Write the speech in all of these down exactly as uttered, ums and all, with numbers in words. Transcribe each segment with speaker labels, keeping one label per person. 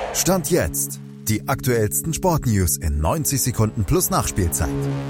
Speaker 1: Stand jetzt. Die aktuellsten Sportnews in neunzig Sekunden plus Nachspielzeit.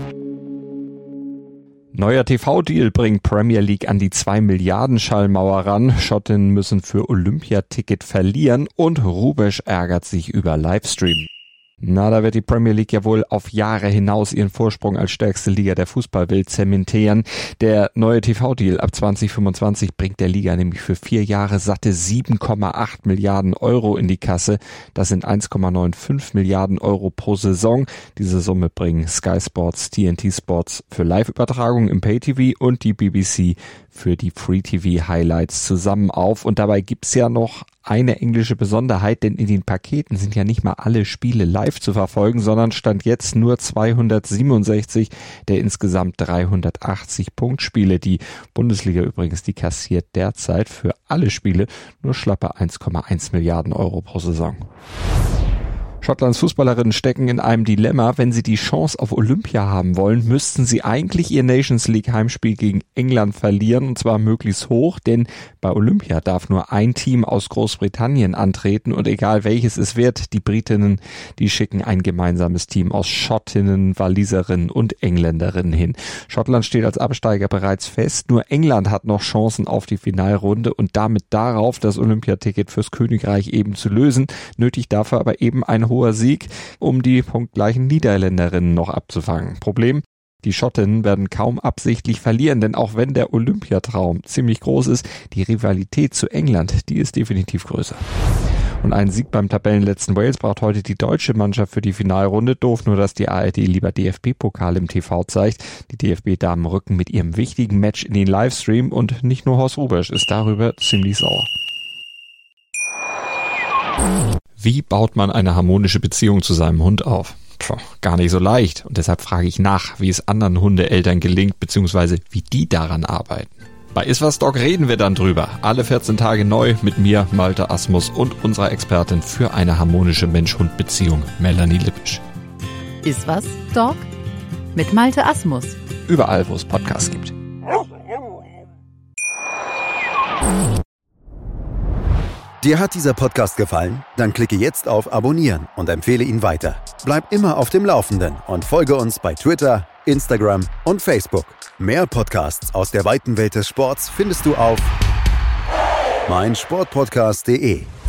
Speaker 2: Neuer T V-Deal bringt Premier League an die zwei Milliarden Schallmauer ran. Schottinnen müssen für Olympiaticket verlieren und Hrubesch ärgert sich über Livestream. Na, da wird die Premier League ja wohl auf Jahre hinaus ihren Vorsprung als stärkste Liga der Fußballwelt zementieren. Der neue T V-Deal ab zwanzig fünfundzwanzig bringt der Liga nämlich für vier Jahre satte sieben Komma acht Milliarden Euro in die Kasse. Das sind eins Komma fünfundneunzig Milliarden Euro pro Saison. Diese Summe bringen Sky Sports, T N T Sports für Live-Übertragungen im Pay-T V und die B B C für die Free-T V-Highlights zusammen auf. Und dabei gibt's ja noch eine englische Besonderheit, denn in den Paketen sind ja nicht mal alle Spiele live zu verfolgen, sondern stand jetzt nur zweihundertsiebenundsechzig der insgesamt dreihundertachtzig Punktspiele. Die Bundesliga übrigens, die kassiert derzeit für alle Spiele nur schlappe eins Komma eins Milliarden Euro pro Saison. Schottlands Fußballerinnen stecken in einem Dilemma. Wenn sie die Chance auf Olympia haben wollen, müssten sie eigentlich ihr Nations League Heimspiel gegen England verlieren, und zwar möglichst hoch, denn bei Olympia darf nur ein Team aus Großbritannien antreten und egal welches es wird, die Britinnen, die schicken ein gemeinsames Team aus Schottinnen, Waliserinnen und Engländerinnen hin. Schottland steht als Absteiger bereits fest, nur England hat noch Chancen auf die Finalrunde und damit darauf, das Olympiaticket fürs Königreich eben zu lösen, nötig dafür aber eben ein hoher Sieg, um die punktgleichen Niederländerinnen noch abzufangen. Problem: Die Schottinnen werden kaum absichtlich verlieren, denn auch wenn der Olympiatraum ziemlich groß ist, die Rivalität zu England, die ist definitiv größer. Und einen Sieg beim Tabellenletzten Wales braucht heute die deutsche Mannschaft für die Finalrunde. Doof nur, dass die A R D lieber D F B-Pokal im T V zeigt. Die D F B-Damen rücken mit ihrem wichtigen Match in den Livestream und nicht nur Horst Hrubesch ist darüber ziemlich sauer. Wie baut man eine harmonische Beziehung zu seinem Hund auf? Puh, gar nicht so leicht. Und deshalb frage ich nach, wie es anderen Hundeeltern gelingt, beziehungsweise wie die daran arbeiten. Bei Iswas Dog reden wir dann drüber. Alle vierzehn Tage neu mit mir, Malte Asmus, und unserer Expertin für eine harmonische Mensch-Hund-Beziehung, Melanie Lippisch.
Speaker 3: Iswas Dog mit Malte Asmus.
Speaker 2: Überall, wo es Podcasts gibt.
Speaker 1: Dir hat dieser Podcast gefallen? Dann klicke jetzt auf Abonnieren und empfehle ihn weiter. Bleib immer auf dem Laufenden und folge uns bei Twitter, Instagram und Facebook. Mehr Podcasts aus der weiten Welt des Sports findest du auf meinsportpodcast punkt de.